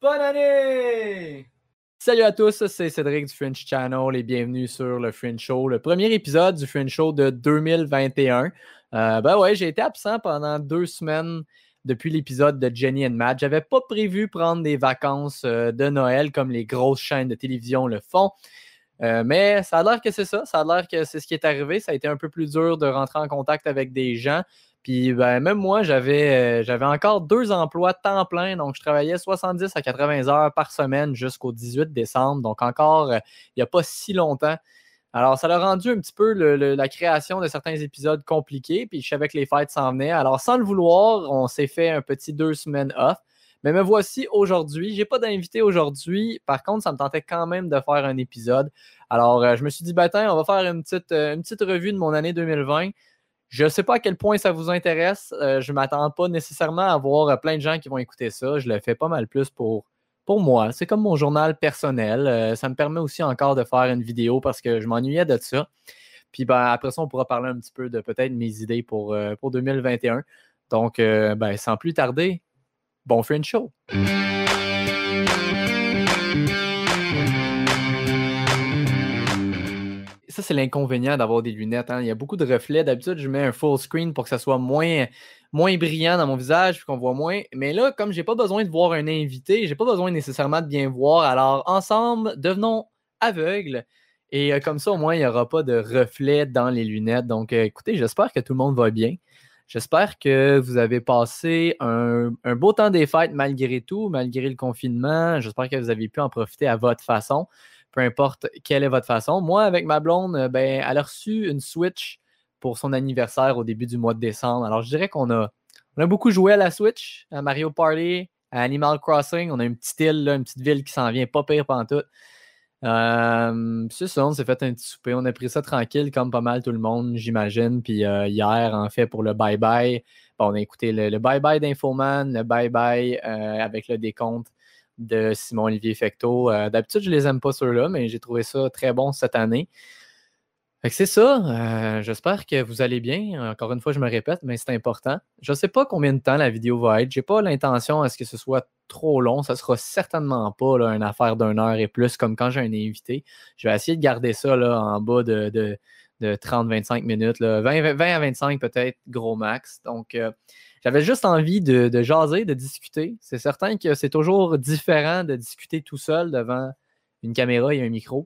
Bonne année! Salut à tous, c'est Cédric du Fringe Channel et bienvenue sur le Fringe Show, le premier épisode du Fringe Show de 2021. J'ai été absent pendant 2 semaines depuis l'épisode de Jenny and Matt. J'avais pas prévu prendre des vacances de Noël comme les grosses chaînes de télévision le font. Mais ça a l'air que c'est ça. Ça a l'air que c'est ce qui est arrivé. Ça a été un peu plus dur de rentrer en contact avec des gens. Puis même moi, j'avais encore 2 emplois temps plein. Donc, je travaillais 70 à 80 heures par semaine jusqu'au 18 décembre. Donc, encore, il n'y a pas si longtemps. Alors, ça a rendu un petit peu la création de certains épisodes compliqués. Puis, je savais que les fêtes s'en venaient. Alors, sans le vouloir, on s'est fait un petit 2 semaines off. Mais me voici aujourd'hui. Je n'ai pas d'invité aujourd'hui. Par contre, ça me tentait quand même de faire un épisode. Alors, je me suis dit, on va faire une petite revue de mon année 2020. Je ne sais pas à quel point ça vous intéresse. Je ne m'attends pas nécessairement à avoir plein de gens qui vont écouter ça. Je le fais pas mal plus pour moi. C'est comme mon journal personnel. Ça me permet aussi encore de faire une vidéo parce que je m'ennuyais de ça. Puis après ça, on pourra parler un petit peu de peut-être mes idées pour 2021. Donc, sans plus tarder, bon Fringe Show! Ça, c'est l'inconvénient d'avoir des lunettes. Hein. Il y a beaucoup de reflets. D'habitude, je mets un full screen pour que ça soit moins brillant dans mon visage, puis qu'on voit moins. Mais là, comme j'ai pas besoin de voir un invité, j'ai pas besoin nécessairement de bien voir. Alors, ensemble, devenons aveugles. Et comme ça, au moins, il n'y aura pas de reflets dans les lunettes. Donc, écoutez, j'espère que tout le monde va bien. J'espère que vous avez passé un beau temps des fêtes malgré tout, malgré le confinement. J'espère que vous avez pu en profiter à votre façon. Peu importe quelle est votre façon. Moi, avec ma blonde, elle a reçu une Switch pour son anniversaire au début du mois de décembre. Alors, je dirais qu'on a beaucoup joué à la Switch, à Mario Party, à Animal Crossing. On a une petite île, là, une petite ville qui s'en vient pas pire pantoute. C'est ça, on s'est fait un petit souper. On a pris ça tranquille, comme pas mal tout le monde, j'imagine. Puis hier, en fait, pour le bye-bye, on a écouté le bye-bye d'Infoman, le bye-bye avec le décompte de Simon-Olivier Fecteau. D'habitude, je les aime pas ceux-là, mais j'ai trouvé ça très bon cette année. Fait que c'est ça. J'espère que vous allez bien. Encore une fois, je me répète, mais c'est important. Je ne sais pas combien de temps la vidéo va être. Je n'ai pas l'intention à ce que ce soit trop long. Ça ne sera certainement pas là, une affaire d'1 heure et plus comme quand j'ai un invité. Je vais essayer de garder ça là, en bas de 30-25 minutes. Là. 20 à 25 peut-être, gros max. Donc, j'avais juste envie de jaser, de discuter. C'est certain que c'est toujours différent de discuter tout seul devant une caméra et un micro.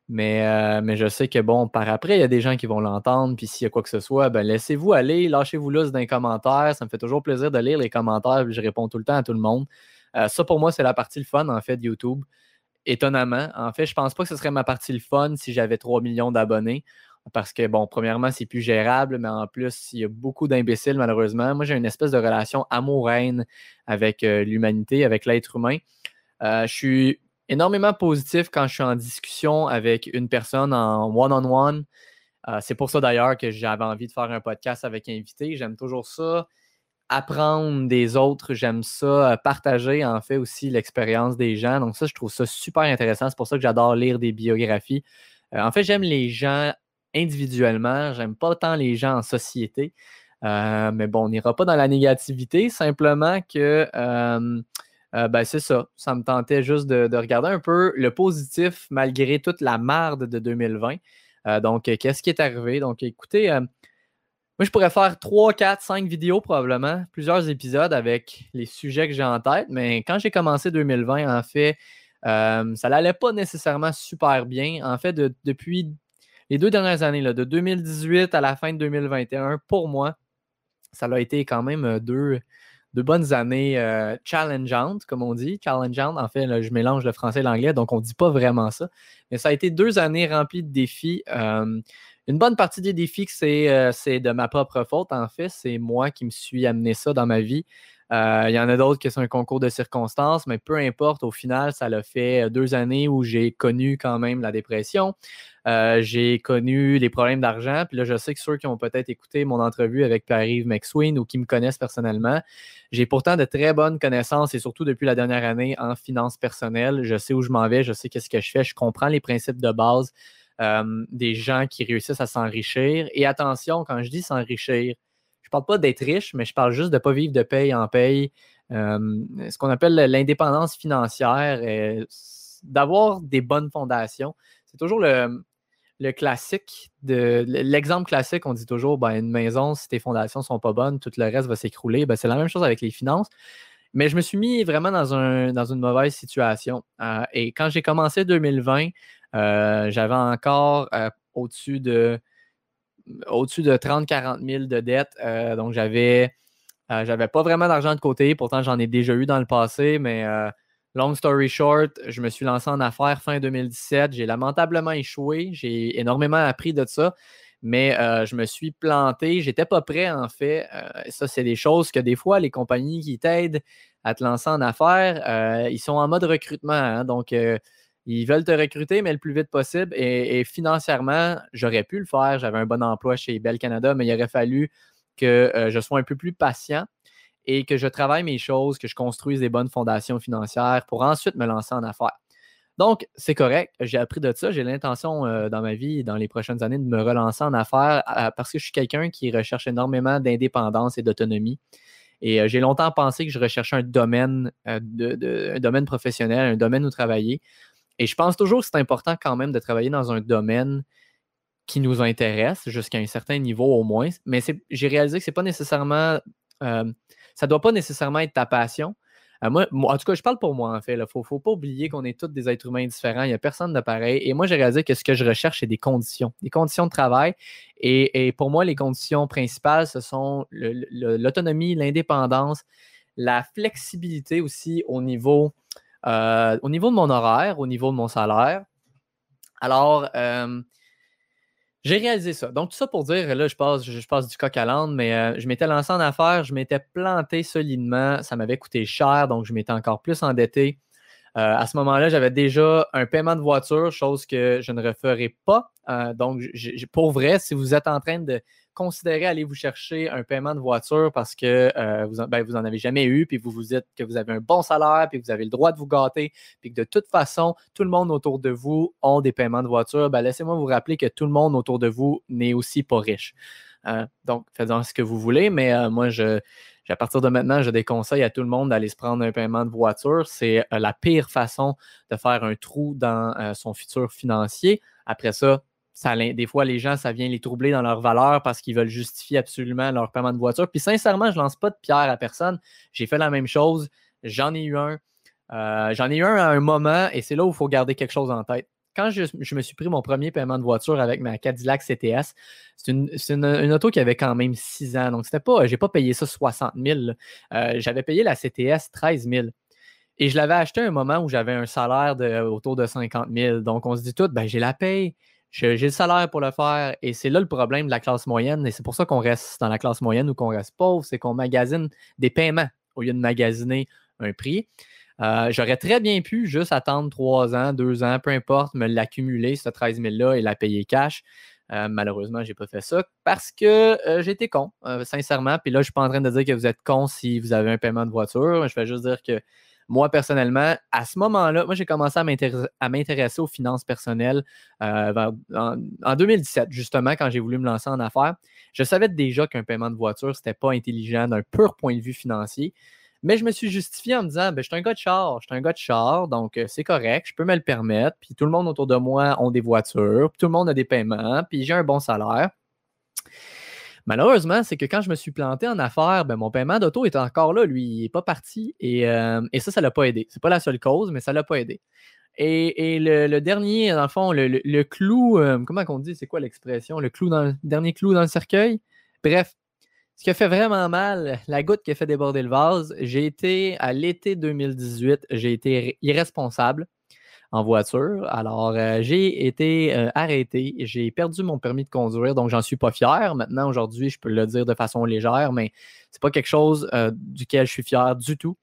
Mais je sais que, par après, il y a des gens qui vont l'entendre. Puis s'il y a quoi que ce soit, laissez-vous aller, lâchez-vous là dans les commentaires. Ça me fait toujours plaisir de lire les commentaires. Puis je réponds tout le temps à tout le monde. Ça, pour moi, c'est la partie le fun, en fait, de YouTube. Étonnamment. En fait, je pense pas que ce serait ma partie le fun si j'avais 3 millions d'abonnés. Parce que, premièrement, c'est plus gérable, mais en plus, il y a beaucoup d'imbéciles, malheureusement. Moi, j'ai une espèce de relation amour-haine avec l'humanité, avec l'être humain. Je suis énormément positif quand je suis en discussion avec une personne en one-on-one. C'est pour ça, d'ailleurs, que j'avais envie de faire un podcast avec invité. J'aime toujours ça. Apprendre des autres, j'aime ça. Partager, en fait, aussi l'expérience des gens. Donc ça, je trouve ça super intéressant. C'est pour ça que j'adore lire des biographies. En fait, j'aime les gens individuellement. J'aime pas tant les gens en société. Mais on n'ira pas dans la négativité. Simplement que c'est ça. Ça me tentait juste de regarder un peu le positif malgré toute la marde de 2020. Donc, qu'est-ce qui est arrivé? Donc, écoutez, moi, je pourrais faire 3, 4, 5 vidéos probablement, plusieurs épisodes avec les sujets que j'ai en tête. Mais quand j'ai commencé 2020, en fait, ça n'allait pas nécessairement super bien. En fait, depuis les 2 dernières années, là, de 2018 à la fin de 2021, pour moi, ça a été quand même deux bonnes années challengeantes, comme on dit. Challengeantes, en fait, là, je mélange le français et l'anglais, donc on ne dit pas vraiment ça. Mais ça a été 2 années remplies de défis. Une bonne partie des défis, c'est de ma propre faute, en fait. C'est moi qui me suis amené ça dans ma vie. Il y en a d'autres qui sont un concours de circonstances, mais peu importe, au final, ça l'a fait 2 années où j'ai connu quand même la dépression. J'ai connu des problèmes d'argent. Puis là, je sais que ceux qui ont peut-être écouté mon entrevue avec Pierre-Yves McSween ou qui me connaissent personnellement, j'ai pourtant de très bonnes connaissances et surtout depuis la dernière année en finances personnelles. Je sais où je m'en vais, je sais qu'est-ce que je fais, je comprends les principes de base des gens qui réussissent à s'enrichir. Et attention, quand je dis s'enrichir, je ne parle pas d'être riche, mais je parle juste de ne pas vivre de paye en paye, ce qu'on appelle l'indépendance financière, d'avoir des bonnes fondations. C'est toujours le classique, l'exemple classique, on dit toujours, ben, une maison, si tes fondations ne sont pas bonnes, tout le reste va s'écrouler. Ben, c'est la même chose avec les finances. Mais je me suis mis vraiment dans une mauvaise situation. Et quand j'ai commencé 2020, j'avais encore au-dessus de 30-40 000 de dettes. Donc, j'avais pas vraiment d'argent de côté. Pourtant, j'en ai déjà eu dans le passé. Mais long story short, je me suis lancé en affaires fin 2017. J'ai lamentablement échoué. J'ai énormément appris de ça. Mais je me suis planté. J'étais pas prêt, en fait. Ça, c'est des choses que des fois, les compagnies qui t'aident à te lancer en affaires, ils sont en mode recrutement. Hein. Donc, ils veulent te recruter, mais le plus vite possible. Et financièrement, j'aurais pu le faire. J'avais un bon emploi chez Bell Canada, mais il aurait fallu que je sois un peu plus patient et que je travaille mes choses, que je construise des bonnes fondations financières pour ensuite me lancer en affaires. Donc, c'est correct. J'ai appris de ça. J'ai l'intention dans ma vie, dans les prochaines années, de me relancer en affaires parce que je suis quelqu'un qui recherche énormément d'indépendance et d'autonomie. Et j'ai longtemps pensé que je recherchais un domaine, un domaine professionnel, un domaine où travailler. Et je pense toujours que c'est important quand même de travailler dans un domaine qui nous intéresse jusqu'à un certain niveau au moins. Mais j'ai réalisé que c'est pas nécessairement. Ça ne doit pas nécessairement être ta passion. Moi, en tout cas, je parle pour moi, en fait. Il ne faut pas oublier qu'on est tous des êtres humains différents. Il n'y a personne de pareil. Et moi, j'ai réalisé que ce que je recherche, c'est des conditions de travail. Et pour moi, les conditions principales, ce sont l'autonomie, l'indépendance, la flexibilité aussi au niveau de mon horaire, au niveau de mon salaire. Alors, j'ai réalisé ça. Donc, tout ça pour dire, là, je passe du coq à l'âne, mais je m'étais lancé en affaires, je m'étais planté solidement, ça m'avait coûté cher, donc je m'étais encore plus endetté. À ce moment-là, j'avais déjà un paiement de voiture, chose que je ne referai pas. Donc, pour vrai, si vous êtes en train de considérer aller vous chercher un paiement de voiture parce que vous en avez jamais eu, puis vous vous dites que vous avez un bon salaire, puis que vous avez le droit de vous gâter, puis que de toute façon, tout le monde autour de vous ont des paiements de voiture, ben, laissez-moi vous rappeler que tout le monde autour de vous n'est aussi pas riche. Donc, faites-en ce que vous voulez, mais moi, à partir de maintenant, je déconseille à tout le monde d'aller se prendre un paiement de voiture. C'est la pire façon de faire un trou dans son futur financier. Après ça, des fois, les gens, ça vient les troubler dans leur valeur parce qu'ils veulent justifier absolument leur paiement de voiture. Puis sincèrement, je ne lance pas de pierre à personne. J'ai fait la même chose. J'en ai eu un. J'en ai eu un à un moment et c'est là où il faut garder quelque chose en tête. Quand je me suis pris mon premier paiement de voiture avec ma Cadillac CTS, c'est une auto qui avait quand même 6 ans. Donc, je n'ai pas payé ça 60 000. J'avais payé la CTS 13 000. Et je l'avais acheté à un moment où j'avais un salaire autour de 50 000. Donc, on se dit tout, ben, j'ai la paye, j'ai le salaire pour le faire. Et c'est là le problème de la classe moyenne. Et c'est pour ça qu'on reste dans la classe moyenne ou qu'on reste pauvre, c'est qu'on magasine des paiements au lieu de magasiner un prix. J'aurais très bien pu juste attendre 3 ans, 2 ans, peu importe, me l'accumuler, ce 13 000-là, et la payer cash. Malheureusement, je n'ai pas fait ça parce que j'ai été con, sincèrement. Puis là, je ne suis pas en train de dire que vous êtes con si vous avez un paiement de voiture. Je vais juste dire que moi, personnellement, à ce moment-là, moi, j'ai commencé à m'intéresser aux finances personnelles en 2017, justement, quand j'ai voulu me lancer en affaires. Je savais déjà qu'un paiement de voiture, ce n'était pas intelligent d'un pur point de vue financier. Mais je me suis justifié en me disant, ben, je suis un gars de char, donc c'est correct, je peux me le permettre. Puis tout le monde autour de moi ont des voitures, puis tout le monde a des paiements, puis j'ai un bon salaire. Malheureusement, c'est que quand je me suis planté en affaires, ben, mon paiement d'auto est encore là, lui, il n'est pas parti. Et ça ne l'a pas aidé. C'est pas la seule cause, mais ça ne l'a pas aidé. Et le dernier, dans le fond, le clou, comment on dit, c'est quoi l'expression? Le dernier clou dans le cercueil? Bref, ce qui a fait vraiment mal, la goutte qui a fait déborder le vase, j'ai été, à l'été 2018, j'ai été irresponsable en voiture. Alors, j'ai été arrêté. J'ai perdu mon permis de conduire, donc j'en suis pas fier. Maintenant, aujourd'hui, je peux le dire de façon légère, mais c'est pas quelque chose duquel je suis fier du tout.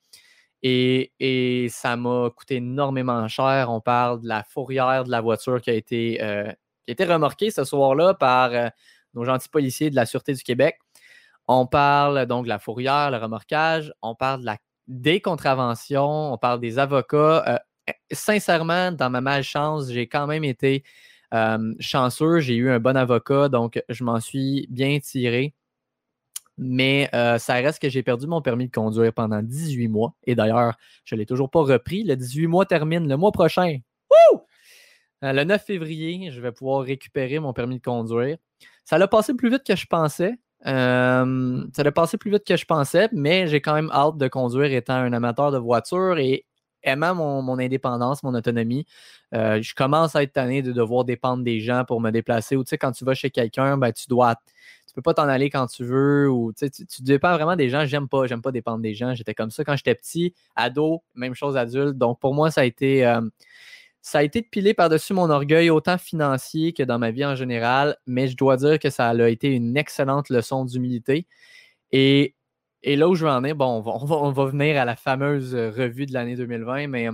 Et ça m'a coûté énormément cher. On parle de la fourrière de la voiture qui a été remorquée ce soir-là par nos gentils policiers de la Sûreté du Québec. On parle donc de la fourrière, le remorquage, on parle des contraventions, on parle des avocats. Sincèrement, dans ma malchance, j'ai quand même été chanceux. J'ai eu un bon avocat, donc je m'en suis bien tiré. Mais ça reste que j'ai perdu mon permis de conduire pendant 18 mois. Et d'ailleurs, je ne l'ai toujours pas repris. Le 18 mois termine le mois prochain. Wouh! Le 9 février, je vais pouvoir récupérer mon permis de conduire. Ça l'a passé plus vite que je pensais. Ça l'a passé plus vite que je pensais, mais j'ai quand même hâte de conduire étant un amateur de voiture et aimant mon indépendance, mon autonomie. Je commence à être tanné de devoir dépendre des gens pour me déplacer. Ou tu sais, quand tu vas chez quelqu'un, ben, tu peux pas t'en aller quand tu veux. Ou tu dépends vraiment des gens. J'aime pas dépendre des gens. J'étais comme ça quand j'étais petit, ado, même chose adulte. Donc pour moi, ça a été de piler par-dessus mon orgueil, autant financier que dans ma vie en général, mais je dois dire que ça a été une excellente leçon d'humilité. Et, et là où je veux en venir, bon, on va venir à la fameuse revue de l'année 2020, mais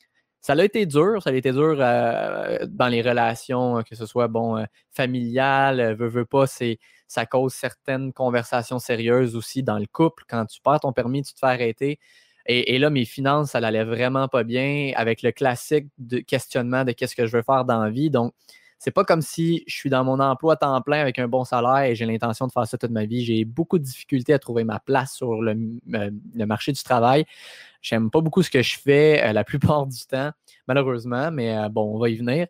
ça a été dur. Ça a été dur dans les relations, que ce soit familiales, veux pas, ça cause certaines conversations sérieuses aussi dans le couple. Quand tu perds ton permis, tu te fais arrêter. Et là, mes finances, ça n'allait vraiment pas bien avec le classique de questionnement de qu'est-ce que je veux faire dans la vie. Donc, c'est pas comme si je suis dans mon emploi à temps plein avec un bon salaire et j'ai l'intention de faire ça toute ma vie. J'ai beaucoup de difficultés à trouver ma place sur le marché du travail. J'aime pas beaucoup ce que je fais la plupart du temps, malheureusement, mais bon, on va y venir.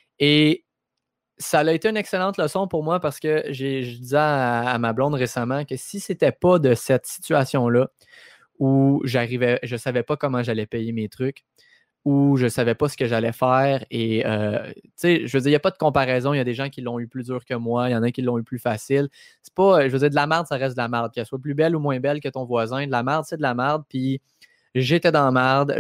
Et ça a été une excellente leçon pour moi parce que je disais à ma blonde récemment que si c'était pas de cette situation-là, où je savais pas comment j'allais payer mes trucs, où je savais pas ce que j'allais faire. Et, tu sais, je veux dire, il n'y a pas de comparaison. Il y a des gens qui l'ont eu plus dur que moi. Il y en a qui l'ont eu plus facile. C'est pas, je veux dire, de la merde, ça reste de la merde. Qu'elle soit plus belle ou moins belle que ton voisin, de la merde, c'est de la merde. Puis j'étais dans la merde.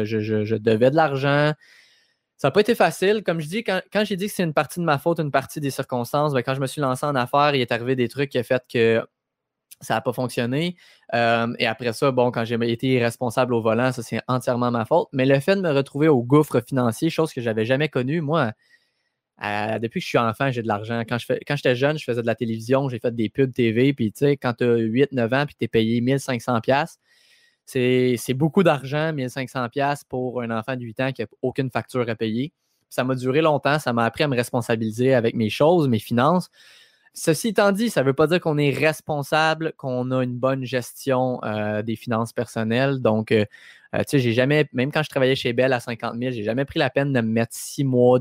Je devais de l'argent. Ça n'a pas été facile. Comme je dis, quand j'ai dit que c'est une partie de ma faute, une partie des circonstances, ben, quand je me suis lancé en affaires, il est arrivé des trucs qui ont fait que ça n'a pas fonctionné. Et après ça, bon, quand j'ai été irresponsable au volant, ça, c'est entièrement ma faute. Mais le fait de me retrouver au gouffre financier, chose que je n'avais jamais connue, moi, depuis que je suis enfant, j'ai de l'argent. Quand j'étais jeune, je faisais de la télévision, j'ai fait des pubs TV, puis tu sais, quand tu as 8-9 ans, puis tu es payé 1500$, c'est beaucoup d'argent, 1500$ pour un enfant de 8 ans qui n'a aucune facture à payer. Ça m'a duré longtemps, ça m'a appris à me responsabiliser avec mes choses, mes finances. Ceci étant dit, ça ne veut pas dire qu'on est responsable, qu'on a une bonne gestion des finances personnelles. Donc, tu sais, j'ai jamais, même quand je travaillais chez Bell à 50 000, j'ai jamais pris la peine de me mettre 6 mois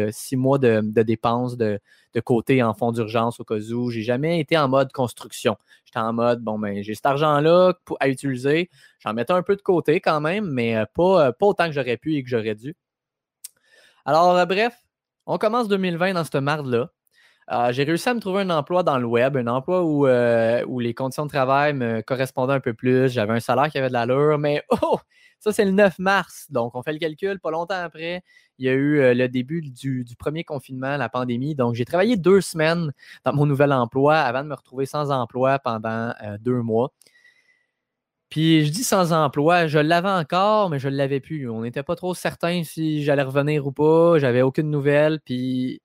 de dépenses de côté en fonds d'urgence au cas où. J'ai jamais été en mode construction. J'étais en mode, bon, ben, j'ai cet argent-là à utiliser. J'en mettais un peu de côté quand même, mais pas autant que j'aurais pu et que j'aurais dû. Alors, bref, on commence 2020 dans cette marde-là. J'ai réussi à me trouver un emploi dans le web, un emploi où les conditions de travail me correspondaient un peu plus. J'avais un salaire qui avait de l'allure, mais ça, c'est le 9 mars. Donc, on fait le calcul. Pas longtemps après, il y a eu le début du premier confinement, la pandémie. Donc, j'ai travaillé 2 semaines dans mon nouvel emploi avant de me retrouver sans emploi pendant 2 mois. Puis, je dis sans emploi, je l'avais encore, mais je ne l'avais plus. On n'était pas trop certain si j'allais revenir ou pas. J'avais aucune nouvelle. Puis,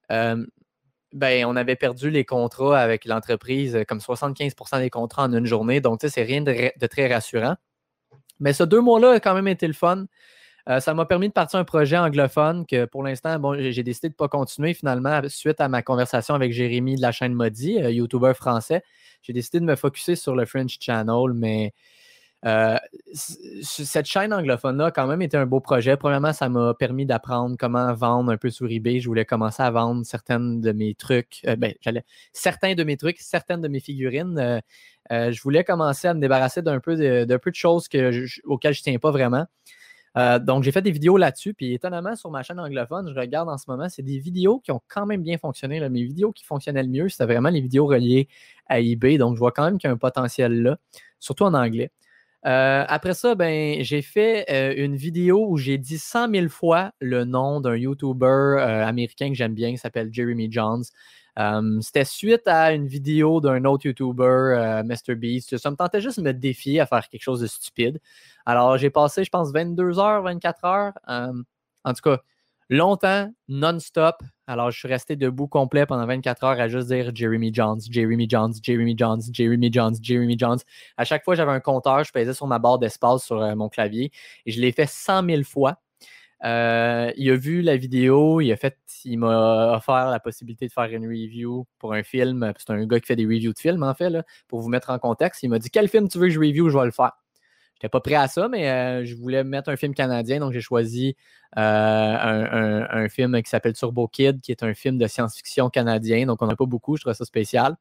ben, on avait perdu les contrats avec l'entreprise, comme 75% des contrats en une journée. Donc, tu sais, c'est rien de très rassurant. Mais ce 2 mois-là a quand même été le fun. Ça m'a permis de partir un projet anglophone que pour l'instant, bon, j'ai décidé de ne pas continuer finalement suite à ma conversation avec Jérémy de la chaîne Maudit, YouTuber français. J'ai décidé de me focusser sur le French Channel, mais cette chaîne anglophone-là a quand même été un beau projet. Premièrement, ça m'a permis d'apprendre comment vendre un peu sur eBay. Je voulais commencer à vendre certains de mes trucs, certaines de mes figurines. Je voulais commencer à me débarrasser d'un peu de choses auxquelles je ne tiens pas vraiment. Donc, j'ai fait des vidéos là-dessus. Puis, étonnamment, sur ma chaîne anglophone, je regarde en ce moment, c'est des vidéos qui ont quand même bien fonctionné. Là. Mes vidéos qui fonctionnaient le mieux, c'était vraiment les vidéos reliées à eBay. Donc, je vois quand même qu'il y a un potentiel là, surtout en anglais. Après ça, ben, j'ai fait une vidéo où j'ai dit 100 000 fois le nom d'un YouTuber américain que j'aime bien qui s'appelle Jeremy Jahns. C'était suite à une vidéo d'un autre YouTuber, MrBeast. Ça me tentait juste de me défier à faire quelque chose de stupide. Alors, j'ai passé, je pense, 22 heures, 24 heures. En tout cas, longtemps, non-stop. Alors, je suis resté debout complet pendant 24 heures à juste dire Jeremy Jahns, Jeremy Jahns, Jeremy Jahns, Jeremy Jahns, Jeremy Jahns. À chaque fois, j'avais un compteur, je pesais sur ma barre d'espace sur mon clavier et je l'ai fait 100 000 fois. Il a vu la vidéo, il m'a offert la possibilité de faire une review pour un film. C'est un gars qui fait des reviews de films, en fait, là, pour vous mettre en contexte. Il m'a dit, quel film tu veux que je review, je vais le faire. J'étais pas prêt à ça, mais je voulais mettre un film canadien, donc j'ai choisi un film qui s'appelle Turbo Kid, qui est un film de science-fiction canadien, donc on n'a pas beaucoup, je trouve ça spécial.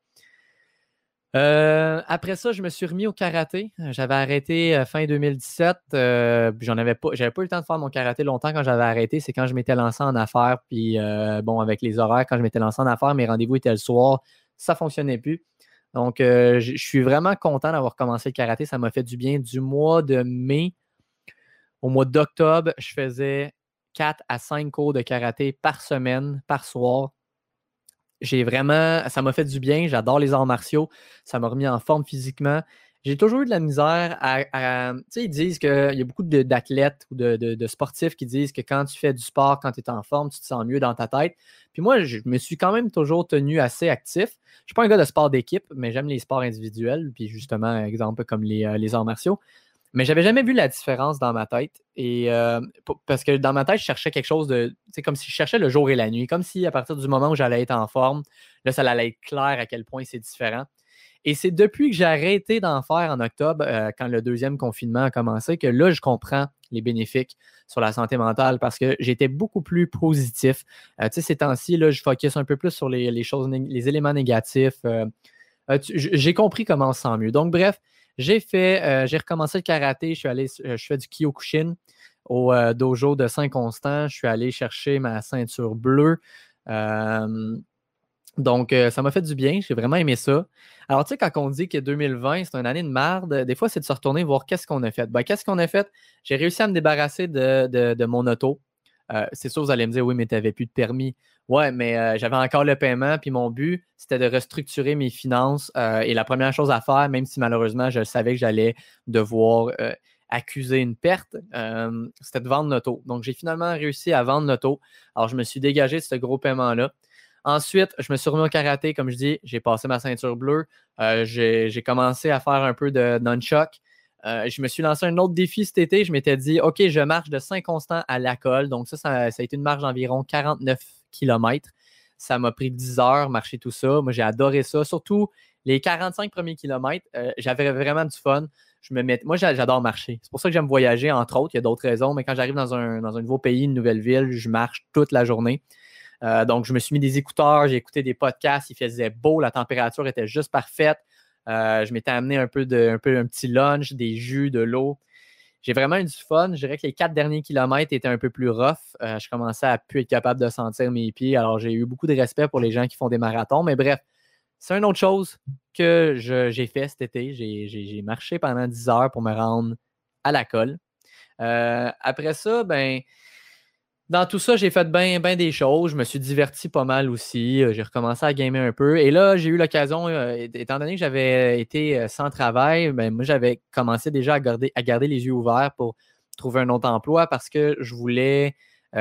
Après ça, je me suis remis au karaté. J'avais arrêté fin 2017. J'avais pas eu le temps de faire mon karaté longtemps quand j'avais arrêté. C'est quand je m'étais lancé en affaires. Puis, bon, avec les horaires, quand je m'étais lancé en affaires, mes rendez-vous étaient le soir. Ça ne fonctionnait plus. Donc, je suis vraiment content d'avoir commencé le karaté. Ça m'a fait du bien. Du mois de mai au mois d'octobre, je faisais 4 à 5 cours de karaté par semaine, par soir. Ça m'a fait du bien. J'adore les arts martiaux. Ça m'a remis en forme physiquement. J'ai toujours eu de la misère tu sais, ils disent qu'il y a beaucoup d'athlètes ou de sportifs qui disent que quand tu fais du sport, quand tu es en forme, tu te sens mieux dans ta tête. Puis moi, je me suis quand même toujours tenu assez actif. Je ne suis pas un gars de sport d'équipe, mais j'aime les sports individuels. Puis justement, exemple comme les arts martiaux. Mais j'avais jamais vu la différence dans ma tête. Et parce que dans ma tête, je cherchais quelque chose de. C'est comme si je cherchais le jour et la nuit. Comme si à partir du moment où j'allais être en forme, là, ça allait être clair à quel point c'est différent. Et c'est depuis que j'ai arrêté d'en faire en octobre, quand le deuxième confinement a commencé, que là, je comprends les bénéfices sur la santé mentale parce que j'étais beaucoup plus positif. Tu sais, ces temps-ci, là, je focus un peu plus sur les choses, les éléments négatifs. J'ai compris comment on se sent mieux. Donc, bref, j'ai recommencé le karaté. Je fais du Kyokushin au dojo de Saint-Constant. Je suis allé chercher ma ceinture bleue. Donc, ça m'a fait du bien. J'ai vraiment aimé ça. Alors, tu sais, quand on dit que 2020, c'est une année de marde, des fois, c'est de se retourner voir qu'est-ce qu'on a fait. Ben, qu'est-ce qu'on a fait? J'ai réussi à me débarrasser de mon auto. C'est sûr, vous allez me dire, oui, mais tu n'avais plus de permis. Ouais, mais j'avais encore le paiement. Puis mon but, c'était de restructurer mes finances. Et la première chose à faire, même si malheureusement, je savais que j'allais devoir accuser une perte, c'était de vendre l'auto. Donc, j'ai finalement réussi à vendre l'auto. Alors, je me suis dégagé de ce gros paiement-là. Ensuite, je me suis remis au karaté, comme je dis, j'ai passé ma ceinture bleue. J'ai commencé à faire un peu de nunchuck. Je me suis lancé un autre défi cet été. Je m'étais dit, OK, je marche de Saint-Constant à Lacolle. Donc, ça a été une marche d'environ 49 km. Ça m'a pris 10 heures, marcher tout ça. Moi, j'ai adoré ça. Surtout les 45 premiers kilomètres, j'avais vraiment du fun. Moi, j'adore marcher. C'est pour ça que j'aime voyager, entre autres. Il y a d'autres raisons, mais quand j'arrive dans un nouveau pays, une nouvelle ville, je marche toute la journée. Donc, je me suis mis des écouteurs, j'ai écouté des podcasts, il faisait beau, la température était juste parfaite. Je m'étais amené un petit lunch, des jus, de l'eau. J'ai vraiment eu du fun. Je dirais que les 4 derniers kilomètres étaient un peu plus rough. Je commençais à plus être capable de sentir mes pieds. Alors, j'ai eu beaucoup de respect pour les gens qui font des marathons. Mais bref, c'est une autre chose que j'ai fait cet été. J'ai marché pendant 10 heures pour me rendre à la colle. Après ça, ben, dans tout ça, j'ai fait bien des choses. Je me suis diverti pas mal aussi. J'ai recommencé à gamer un peu. Et là, j'ai eu l'occasion, étant donné que j'avais été sans travail, ben, moi, j'avais commencé déjà à garder les yeux ouverts pour trouver un autre emploi parce que je voulais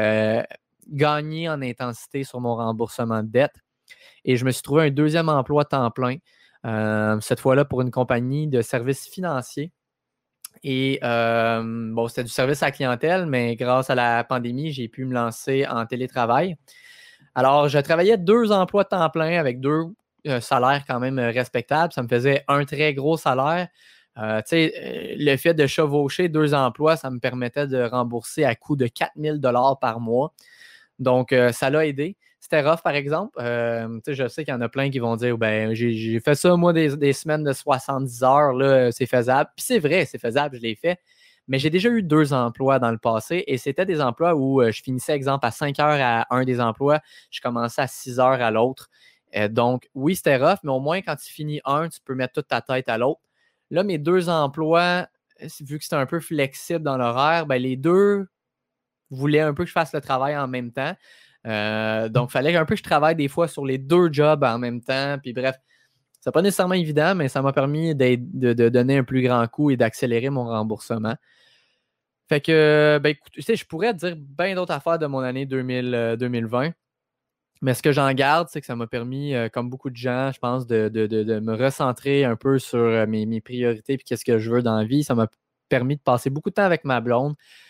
gagner en intensité sur mon remboursement de dette. Et je me suis trouvé un deuxième emploi temps plein, cette fois-là pour une compagnie de services financiers. Et bon, c'était du service à la clientèle, mais grâce à la pandémie, j'ai pu me lancer en télétravail. Alors, je travaillais 2 emplois de temps plein avec 2 salaires quand même respectables. Ça me faisait un très gros salaire. Tu sais, le fait de chevaucher 2 emplois, ça me permettait de rembourser à coût de 4 000 par mois. Donc, ça l'a aidé. C'était rough, par exemple. Je sais qu'il y en a plein qui vont dire ben, j'ai fait ça, moi, des semaines de 70 heures, là, c'est faisable. Puis c'est vrai, c'est faisable, je l'ai fait. Mais j'ai déjà eu 2 emplois dans le passé et c'était des emplois où je finissais, exemple, à 5 heures à un des emplois, je commençais à 6 heures à l'autre. Donc, oui, c'était rough, mais au moins, quand tu finis un, tu peux mettre toute ta tête à l'autre. Là, mes 2 emplois, vu que c'était un peu flexible dans l'horaire, ben, les 2 voulaient un peu que je fasse le travail en même temps. Donc, il fallait un peu que je travaille des fois sur les 2 jobs en même temps. Puis bref, c'est pas nécessairement évident, mais ça m'a permis de donner un plus grand coup et d'accélérer mon remboursement. Fait que, ben écoute, tu sais, je pourrais te dire bien d'autres affaires de mon année 2020, mais ce que j'en garde, c'est que ça m'a permis, comme beaucoup de gens, je pense, de me recentrer un peu sur mes priorités et qu'est-ce que je veux dans la vie. Ça m'a permis de passer beaucoup de temps avec ma blonde.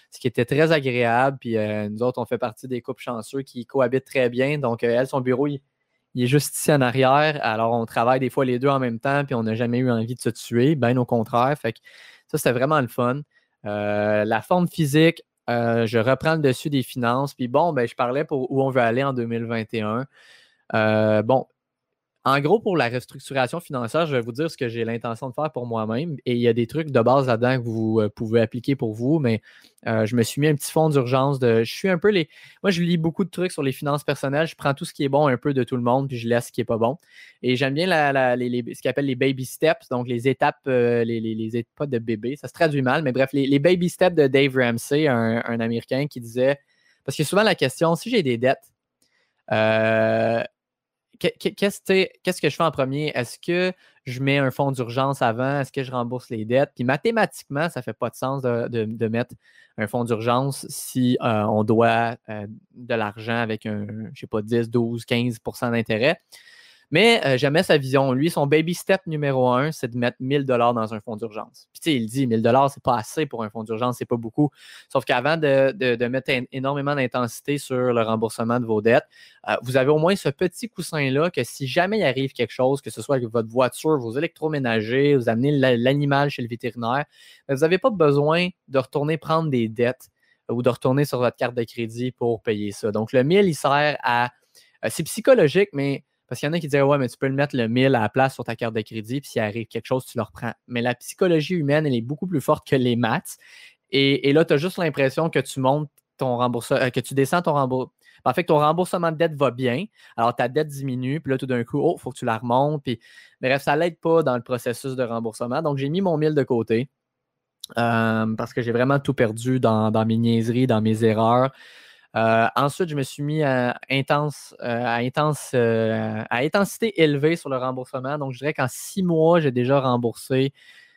ce qui était très agréable. Puis nous autres, on fait partie des couples chanceux qui cohabitent très bien. Donc, elle, son bureau, il est juste ici en arrière. Alors, on travaille des fois les deux en même temps, puis on n'a jamais eu envie de se tuer, bien au contraire. Fait que ça, c'était vraiment le fun. La forme physique, je reprends le dessus des finances. Puis bon, ben, je parlais pour où on veut aller en 2021. Bon, en gros, pour la restructuration financière, je vais vous dire ce que j'ai l'intention de faire pour moi-même. Et il y a des trucs de base là-dedans que vous pouvez appliquer pour vous, mais je me suis mis un petit fonds d'urgence. Je suis un peu les. Moi, je lis beaucoup de trucs sur les finances personnelles. Je prends tout ce qui est bon un peu de tout le monde, puis je laisse ce qui n'est pas bon. Et j'aime bien ce qu'ils appellent les baby steps, donc les étapes, les étapes de bébé. Ça se traduit mal, mais bref, les baby steps de Dave Ramsey, un Américain qui disait. Parce que souvent la question, si j'ai des dettes, qu'est-ce que je fais en premier? Est-ce que je mets un fonds d'urgence avant? Est-ce que je rembourse les dettes? Puis mathématiquement, ça ne fait pas de sens de mettre un fonds d'urgence si on doit de l'argent avec je ne sais pas, 10, 12, 15 d'intérêt. Mais j'aimais sa vision. Lui, son baby step numéro 1, c'est de mettre 1 000 dans un fonds d'urgence. Puis tu sais, il dit 1 000 c'est pas assez pour un fonds d'urgence, c'est pas beaucoup. Sauf qu'avant de mettre énormément d'intensité sur le remboursement de vos dettes, vous avez au moins ce petit coussin-là que si jamais il arrive quelque chose, que ce soit avec votre voiture, vos électroménagers, vous amenez l'animal chez le vétérinaire, vous n'avez pas besoin de retourner prendre des dettes ou de retourner sur votre carte de crédit pour payer ça. Donc, le 1000, il sert à... c'est psychologique, mais parce qu'il y en a qui diraient, ouais, mais tu peux le mettre le 1000 à la place sur ta carte de crédit, puis s'il arrive quelque chose, tu le reprends. Mais la psychologie humaine, elle est beaucoup plus forte que les maths. Et là, tu as juste l'impression que tu montes ton remboursement, que tu descends ton remboursement. En fait, ton remboursement de dette va bien. Alors, ta dette diminue, puis là, tout d'un coup, il faut que tu la remontes. Puis, bref, ça ne l'aide pas dans le processus de remboursement. Donc, j'ai mis mon 1000 de côté parce que j'ai vraiment tout perdu dans mes niaiseries, dans mes erreurs. Ensuite, je me suis mis à intensité élevée sur le remboursement. Donc, je dirais qu'en 6 mois, j'ai déjà remboursé.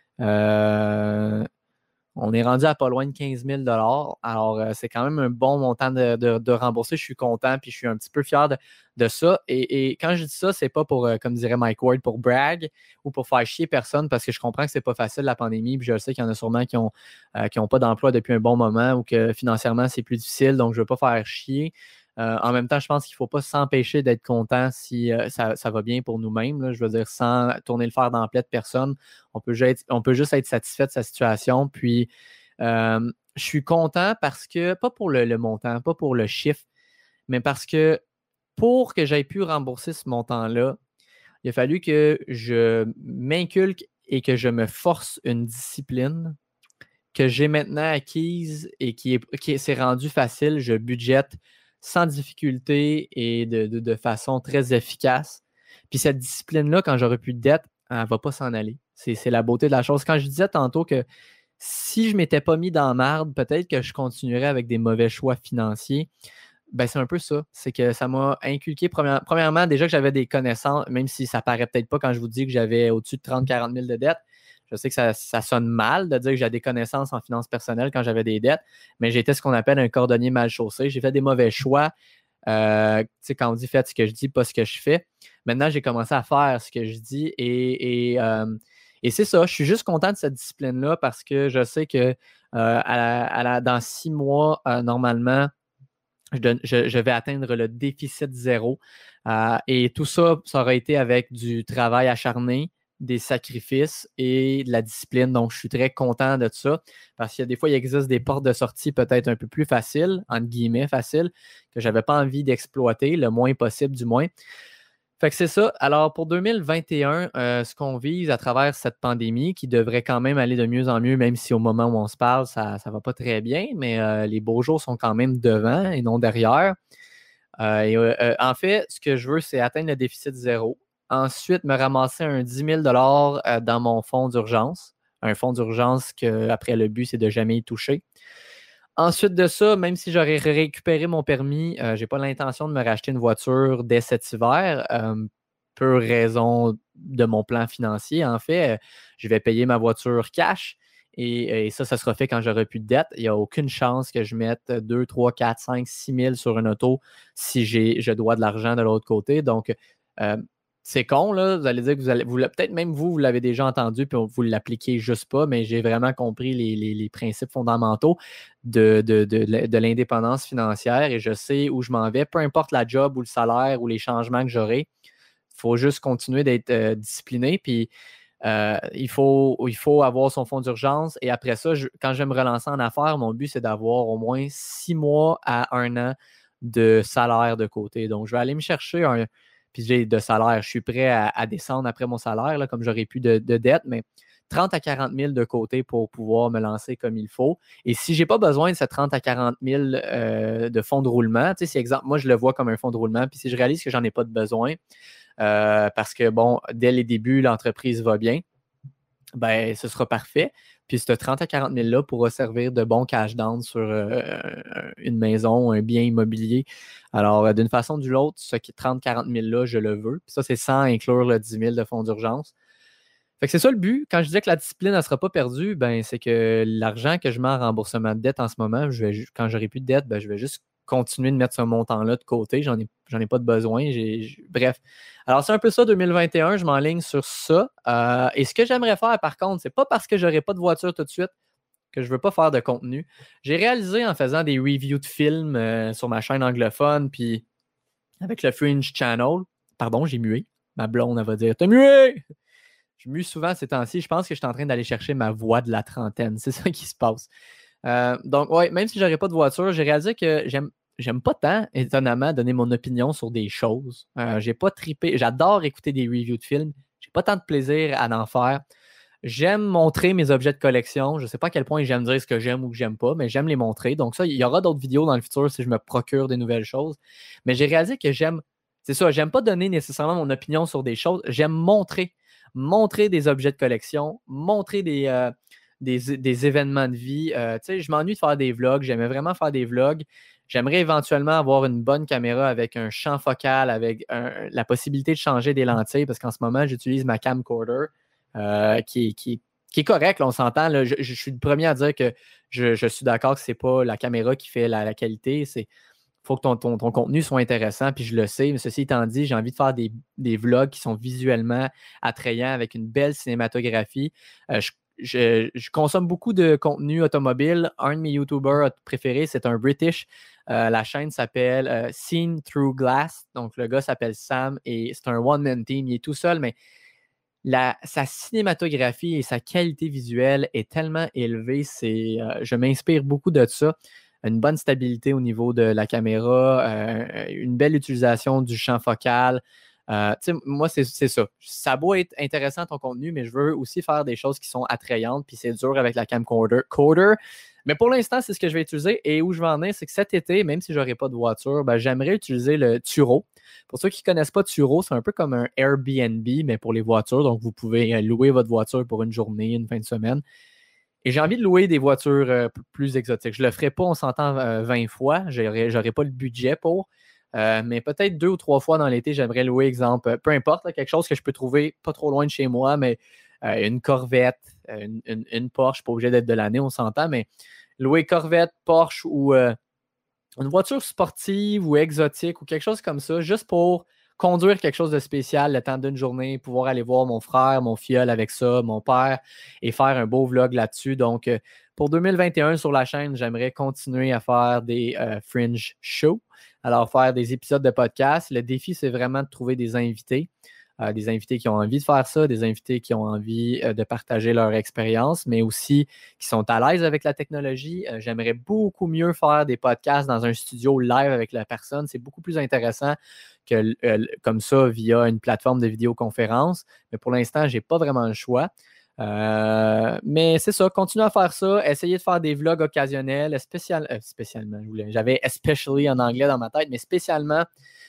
On est rendu à pas loin de 15 000 Alors, c'est quand même un bon montant de rembourser. Je suis content puis je suis un petit peu fier de ça. Et quand je dis ça, c'est pas pour, comme dirait Mike Ward, pour brag ou pour faire chier personne parce que je comprends que c'est pas facile la pandémie. Puis je sais qu'il y en a sûrement qui ont pas d'emploi depuis un bon moment ou que financièrement c'est plus difficile. Donc, je veux pas faire chier. En même temps, je pense qu'il ne faut pas s'empêcher d'être content si ça va bien pour nous-mêmes. Là. Je veux dire, sans tourner le fer dans la plaie de personne, on peut juste être satisfait de sa situation. Puis, je suis content parce que, pas pour le montant, pas pour le chiffre, mais parce que pour que j'aie pu rembourser ce montant-là, il a fallu que je m'inculque et que je me force une discipline que j'ai maintenant acquise et qui s'est rendue facile. Je budgète sans difficulté et de façon très efficace. Puis cette discipline-là, quand j'aurai plus de dette, elle ne va pas s'en aller. C'est la beauté de la chose. Quand je disais tantôt que si je ne m'étais pas mis dans la marde, peut-être que je continuerais avec des mauvais choix financiers. Ben, c'est un peu ça. C'est que ça m'a inculqué, premièrement, déjà que j'avais des connaissances, même si ça paraît peut-être pas quand je vous dis que j'avais au-dessus de 30-40 000 de dettes. Je sais que ça sonne mal de dire que j'ai des connaissances en finances personnelles quand j'avais des dettes, mais j'étais ce qu'on appelle un cordonnier mal chaussé. J'ai fait des mauvais choix. Tu sais, quand on dit faites ce que je dis, pas ce que je fais. Maintenant, j'ai commencé à faire ce que je dis et c'est ça. Je suis juste content de cette discipline-là parce que je sais que dans 6 mois, normalement, je vais atteindre le déficit zéro. Et tout ça, ça aura été avec du travail acharné, des sacrifices et de la discipline. Donc, je suis très content de ça parce qu'il y a des fois, il existe des portes de sortie peut-être un peu plus faciles, entre guillemets faciles, que je n'avais pas envie d'exploiter, le moins possible du moins. Fait que c'est ça. Alors, pour 2021, ce qu'on vise à travers cette pandémie, qui devrait quand même aller de mieux en mieux, même si au moment où on se parle, ça ne va pas très bien, mais les beaux jours sont quand même devant et non derrière. En fait, ce que je veux, c'est atteindre le déficit zéro. Ensuite, me ramasser un 10 000 dans mon fonds d'urgence. Un fonds d'urgence que, après, le but, c'est de jamais y toucher. Ensuite de ça, même si j'aurais récupéré mon permis, je n'ai pas l'intention de me racheter une voiture dès cet hiver. Peu raison de mon plan financier. En fait, je vais payer ma voiture cash et ça sera fait quand j'aurai plus de dette. Il n'y a aucune chance que je mette 2, 3, 4, 5, 6 000 sur une auto si je dois de l'argent de l'autre côté. Donc, c'est con, là. Vous allez dire que peut-être même vous l'avez déjà entendu, puis vous ne l'appliquez juste pas, mais j'ai vraiment compris les principes fondamentaux de l'indépendance financière et je sais où je m'en vais, peu importe la job ou le salaire ou les changements que j'aurai. Il faut juste continuer d'être discipliné, puis il faut avoir son fonds d'urgence et après ça, quand je vais me relancer en affaires, mon but, c'est d'avoir au moins 6 mois à 1 an de salaire de côté. Donc, je vais aller me chercher puis j'ai de salaire. Je suis prêt à descendre après mon salaire, là, comme j'aurais pu de dette, mais 30 à 40 000 de côté pour pouvoir me lancer comme il faut. Et si je n'ai pas besoin de ces 30 à 40 000 de fonds de roulement, si exemple, moi je le vois comme un fonds de roulement, puis si je réalise que j'en ai pas de besoin, parce que, bon, dès les débuts, l'entreprise va bien, ben, ce sera parfait. Puis ce 30 à 40 000-là pourra servir de bon cash down sur une maison, un bien immobilier. Alors, d'une façon ou d'une autre, ce 30-40 000-là, je le veux. Puis ça, c'est sans inclure le 10 000 de fonds d'urgence. Fait que c'est ça le but. Quand je disais que la discipline ne sera pas perdue, ben, c'est que l'argent que je mets en remboursement de dette en ce moment, quand j'aurai plus de dette, ben, je vais juste continuer de mettre ce montant-là de côté. J'en ai pas de besoin. Bref. Alors, c'est un peu ça, 2021. Je m'enligne sur ça. Et ce que j'aimerais faire, par contre, c'est pas parce que j'aurai pas de voiture tout de suite que je veux pas faire de contenu. J'ai réalisé en faisant des reviews de films sur ma chaîne anglophone, puis avec le Fringe Channel. Pardon, j'ai mué. Ma blonde, elle va dire « T'as mué! » Je mue souvent ces temps-ci. Je pense que je suis en train d'aller chercher ma voix de la trentaine. C'est ça qui se passe. Donc, ouais, même si je n'aurais pas de voiture, j'ai réalisé que j'aime pas tant, étonnamment, donner mon opinion sur des choses. J'ai pas trippé. J'adore écouter des reviews de films. J'ai pas tant de plaisir à en faire. J'aime montrer mes objets de collection. Je ne sais pas à quel point j'aime dire ce que j'aime ou que j'aime pas, mais j'aime les montrer. Donc, ça, il y aura d'autres vidéos dans le futur si je me procure des nouvelles choses. Mais j'ai réalisé que c'est ça, j'aime pas donner nécessairement mon opinion sur des choses. J'aime montrer des objets de collection, montrer des événements de vie. Je m'ennuie de faire des vlogs. J'aimais vraiment faire des vlogs. J'aimerais éventuellement avoir une bonne caméra avec un champ focal, avec la possibilité de changer des lentilles, parce qu'en ce moment, j'utilise ma camcorder qui est correct, là, on s'entend. Là, je suis le premier à dire que je suis d'accord que ce n'est pas la caméra qui fait la qualité. Il faut que ton contenu soit intéressant, puis je le sais. Mais ceci étant dit, j'ai envie de faire des vlogs qui sont visuellement attrayants avec une belle cinématographie. Je consomme beaucoup de contenu automobile. Un de mes YouTubers préférés, c'est un British. La chaîne s'appelle Seen Through Glass. Donc, le gars s'appelle Sam et c'est un one-man team. Il est tout seul, mais sa cinématographie et sa qualité visuelle est tellement élevée. Je m'inspire beaucoup de ça. Une bonne stabilité au niveau de la caméra, une belle utilisation du champ focal. Moi, c'est ça. Ça doit être intéressant ton contenu, mais je veux aussi faire des choses qui sont attrayantes, puis c'est dur avec la camcorder. Mais pour l'instant, c'est ce que je vais utiliser. Et où je vais en venir, c'est que cet été, même si je n'aurai pas de voiture, ben, j'aimerais utiliser le Turo. Pour ceux qui ne connaissent pas Turo, c'est un peu comme un Airbnb, mais pour les voitures. Donc, vous pouvez louer votre voiture pour une journée, une fin de semaine. Et j'ai envie de louer des voitures plus exotiques. Je ne le ferai pas, on s'entend 20 fois. Je n'aurai pas le budget pour. Mais peut-être 2 ou 3 fois dans l'été, j'aimerais louer, exemple, peu importe, là, quelque chose que je peux trouver pas trop loin de chez moi, mais une Corvette, une Porsche, pas obligé d'être de l'année, on s'entend, mais louer Corvette, Porsche ou une voiture sportive ou exotique ou quelque chose comme ça, juste pour conduire quelque chose de spécial le temps d'une journée, pouvoir aller voir mon frère, mon filleul avec ça, mon père, et faire un beau vlog là-dessus. Donc, pour 2021 sur la chaîne, j'aimerais continuer à faire des Fringe Shows. Alors, faire des épisodes de podcast. Le défi, c'est vraiment de trouver des invités qui ont envie de faire ça, des invités qui ont envie de partager leur expérience, mais aussi qui sont à l'aise avec la technologie. J'aimerais beaucoup mieux faire des podcasts dans un studio live avec la personne. C'est beaucoup plus intéressant que comme ça via une plateforme de vidéoconférence. Mais pour l'instant, je n'ai pas vraiment le choix. Mais c'est ça, continuez à faire ça, essayez de faire des vlogs occasionnels, spécialement, j'avais especially en anglais dans ma tête, mais spécialement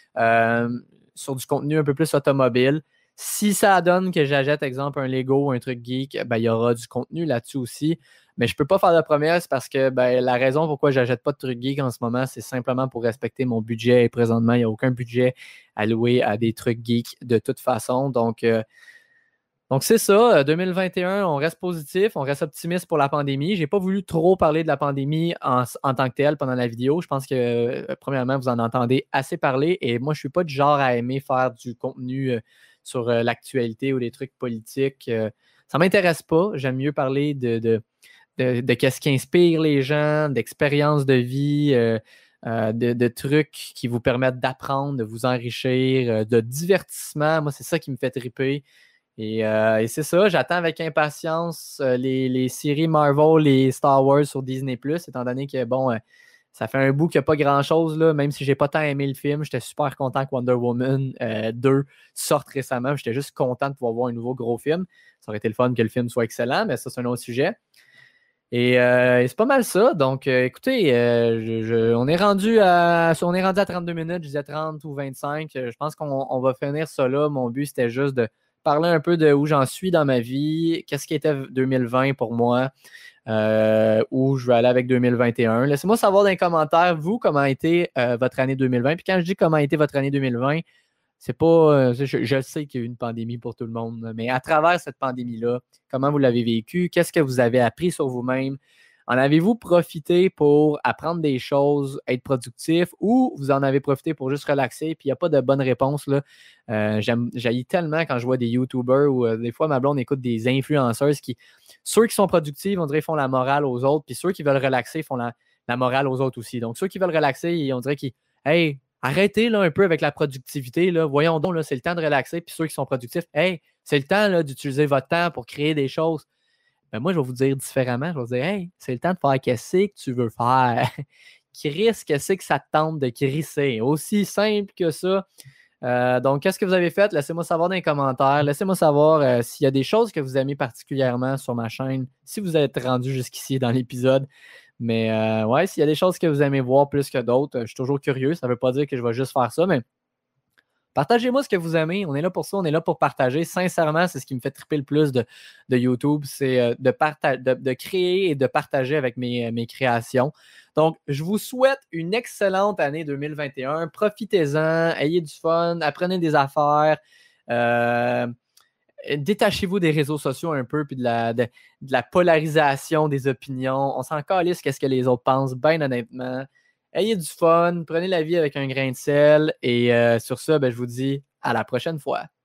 sur du contenu un peu plus automobile. Si ça donne que j'achète, exemple, un Lego ou un truc geek, ben, il y aura du contenu là-dessus aussi. Mais je ne peux pas faire de promesses parce que la raison pourquoi je n'achète pas de trucs geek en ce moment, c'est simplement pour respecter mon budget. Et présentement, il n'y a aucun budget alloué à des trucs geeks de toute façon. Donc c'est ça, 2021, on reste positif, on reste optimiste pour la pandémie. Je n'ai pas voulu trop parler de la pandémie en tant que telle pendant la vidéo. Je pense que, premièrement, vous en entendez assez parler et moi, je ne suis pas du genre à aimer faire du contenu sur l'actualité ou des trucs politiques. Ça ne m'intéresse pas. J'aime mieux parler de qu'est-ce qui inspire les gens, d'expériences de vie, de trucs qui vous permettent d'apprendre, de vous enrichir, de divertissement. Moi, c'est ça qui me fait triper. Et c'est ça, j'attends avec impatience les séries Marvel et Star Wars sur Disney+, étant donné que, bon, ça fait un bout qu'il n'y a pas grand-chose, là, même si j'ai pas tant aimé le film. J'étais super content que Wonder Woman 2 sorte récemment. J'étais juste content de pouvoir voir un nouveau gros film. Ça aurait été le fun que le film soit excellent, mais ça, c'est un autre sujet. Et c'est pas mal ça. Donc, écoutez, on est rendu à 32 minutes, je disais 30 ou 25. Je pense qu'on va finir ça là. Mon but, c'était juste de parler un peu de où j'en suis dans ma vie, qu'est-ce qui était 2020 pour moi, où je vais aller avec 2021. Laissez-moi savoir dans les commentaires, vous, comment a été votre année 2020. Puis quand je dis comment a été votre année 2020, c'est pas. Je sais qu'il y a eu une pandémie pour tout le monde, mais à travers cette pandémie-là, comment vous l'avez vécu? Qu'est-ce que vous avez appris sur vous-même? En avez-vous profité pour apprendre des choses, être productif, ou vous en avez profité pour juste relaxer? Puis il n'y a pas de bonne réponse, là. J'haïs tellement quand je vois des YouTubers ou des fois ma blonde écoute des influenceuses qui, ceux qui sont productifs, on dirait, font la morale aux autres, puis ceux qui veulent relaxer font la morale aux autres aussi. Donc ceux qui veulent relaxer, on dirait qu'ils, hey, arrêtez là, un peu avec la productivité. Là. Voyons donc, là, c'est le temps de relaxer. Puis ceux qui sont productifs, hey, c'est le temps là, d'utiliser votre temps pour créer des choses. Ben, moi, je vais vous dire différemment. Je vais vous dire, hey, c'est le temps de faire qu'est-ce que tu veux faire. Chris, qu'est-ce que ça te tente de crisser? Aussi simple que ça. Donc, qu'est-ce que vous avez fait? Laissez-moi savoir dans les commentaires. Laissez-moi savoir s'il y a des choses que vous aimez particulièrement sur ma chaîne, si vous êtes rendu jusqu'ici dans l'épisode. Mais ouais, s'il y a des choses que vous aimez voir plus que d'autres, je suis toujours curieux. Ça ne veut pas dire que je vais juste faire ça, mais partagez-moi ce que vous aimez. On est là pour ça, on est là pour partager. Sincèrement, c'est ce qui me fait triper le plus de YouTube, c'est de créer et de partager avec mes créations. Donc, je vous souhaite une excellente année 2021. Profitez-en, ayez du fun, apprenez des affaires. Détachez-vous des réseaux sociaux un peu, puis de la polarisation des opinions. On s'en calisse qu'est-ce que les autres pensent, bien honnêtement. Ayez du fun, prenez la vie avec un grain de sel, et sur ça, ben, je vous dis à la prochaine fois.